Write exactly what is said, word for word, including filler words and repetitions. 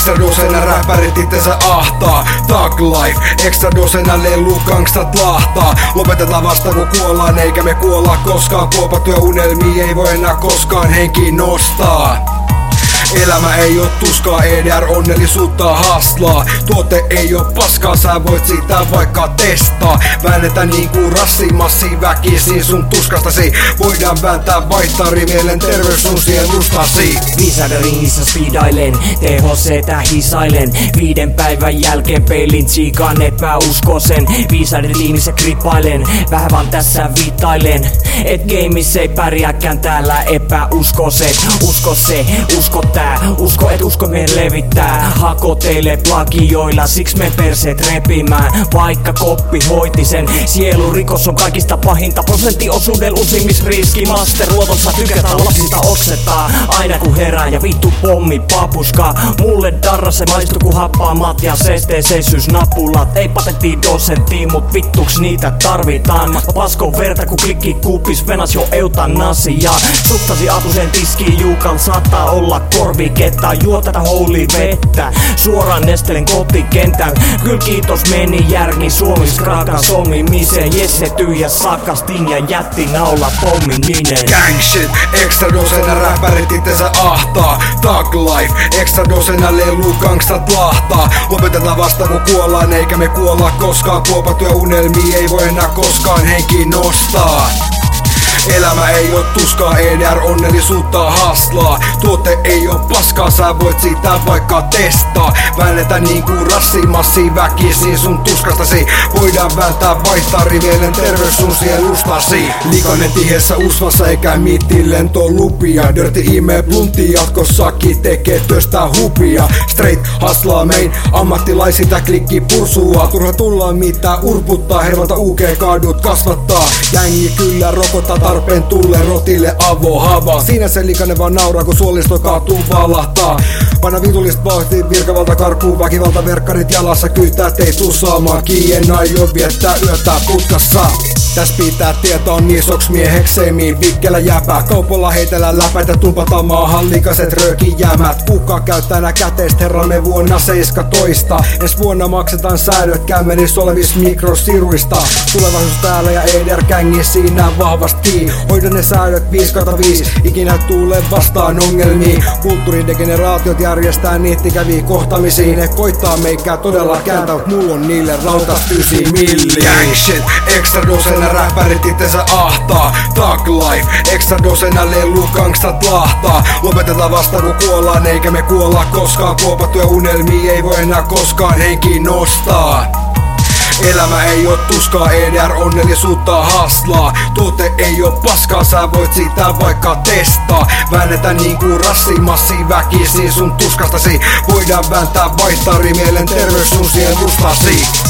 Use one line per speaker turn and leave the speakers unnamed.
Extra dosena räppärit itsensä ahtaa. Thug life, extra dosena lelu gangstat lahtaa. Lopetetaan vasta kun kuollaan, eikä me kuolla koskaan. Kuopattuja unelmia ei voi enää koskaan henki nostaa. Elämä ei oo tuskaa, E D R onnellisuutta haastlaa. Tuote ei oo paskaa, sä voit siitä vaikka testaa. Väännetään niinku rassimassi väkisin sun tuskastasi. Voidaan vääntää vaihtaa rivielen terveys sun sielustasi.
Viisaiden ringissä speedailen, T H C:tä hisailen. Viiden päivän jälkeen peilin tsiikaan epäuskosen. Viisaiden tiimissä krippailen, vähän vaan tässä viittailen. Et gameissa ei pärjääkään täällä epäuskoset. Usko se, usko tää. Usko et usko me levittää. Hako teille plagioilla, siksi me perseet repimään. Vaikka koppi hoiti sen, sielurikos on kaikista pahinta. Prosenttiosuudella usimisriski. Masteruotossa tykätään lapsista oksettaa. Aina kun herää ja vittu pommi papuska. Mulle darra se maistu ku happaamat ja C T C-napulat. Ei patentti dosenttiin, mut vittuks niitä tarvitaan. Mä paskon verta ku klikki kuupis, venas jo eutanasia. Suttasi aatuseen tiskiin juukan, saattaa olla korviketta. Juo tätä holy vettä, suoraan nestelen kotikentän. Kyl kiitos meni järki, Suomi skrakan somimiseen. Jesse tyhjä sakastin ja jätti naula pommiminen.
Gang shit, extra dosena räppärit itsensä ahtaa. Thug life, extra dosena lelu gangstat lahtaa. Lopetetaan vasta kun kuollaan, eikä me kuolla koskaan. Kuopattuja unelmia ei voi enää koskaan henki nostaa. Elämä ei oo tuskaa, E D R onnellisuutta haastlaa. Tuote ei oo paskaa, sä voit siitä vaikka testaa. Väännetään niinku rassimassi väkisin sun tuskastasi. Voidaan vääntää vaihtaa rivielen terveys sun sielustasi. Likainen tiheessä usvassa eikä mitti lentolupia. Dirty ime blunti jatkossakin tekee työstä hupia. Straight haslaa mein ammattilaisilta klikki pursua. Turha tulla mitä urputtaa, hervalta U G kadut kasvattaa. Jängi kyllä rokottaa tarpeen tulle rotille avohava. Siinä se likainen vaan nauraa kun suolisto kaatuu valahtaa. Paina vitullista vauhtia, virkavalta karkuun, väkivalta verkkarit jalassa. Kyytää ei tuu saamaan kiien, aio viettää yötä putkassa. Täs pitää tietoa niisoks mieheksemi vikkelä jäpää. Kaupolla heitellä läpäitä, tumpataan maahan likaset röökijämät. Kuka käyttää nää käteist herramme vuonna seitsemäntoista. Ensi vuonna maksetaan säädöt kämmenissä olevis mikrosiruista. Tulevaisuus täällä ja E D R kängi siinä vahvasti. Hoida ne säädöt viisi kautta viisi, ikinä tuule vastaan ongelmiin. Kulttuuridegeneraatiot järjestää niittikäviä kohtamisiin. Ne koittaa meikää todella kääntää, mut mulla on niille rautas ysi milli. Gang shit, extra dosena räppärit itsensä ahtaa. Thug life, extra dosena lelu gangstat lahtaa. Lopetetaan vasta kun kuollaan, eikä me kuolla koskaan. Kuopattuja unelmia ei voi enää koskaan henki nostaa. Elämä ei oo tuskaa, E D R onnellisuutta haastlaa. Tuote ei oo paskaa, sä voit siitä vaikka testaa. Väännetään niinku rassimassi väkisin sun tuskastasi. Voidaan vääntää vaihtaa rivielen terveys sun sielustasi.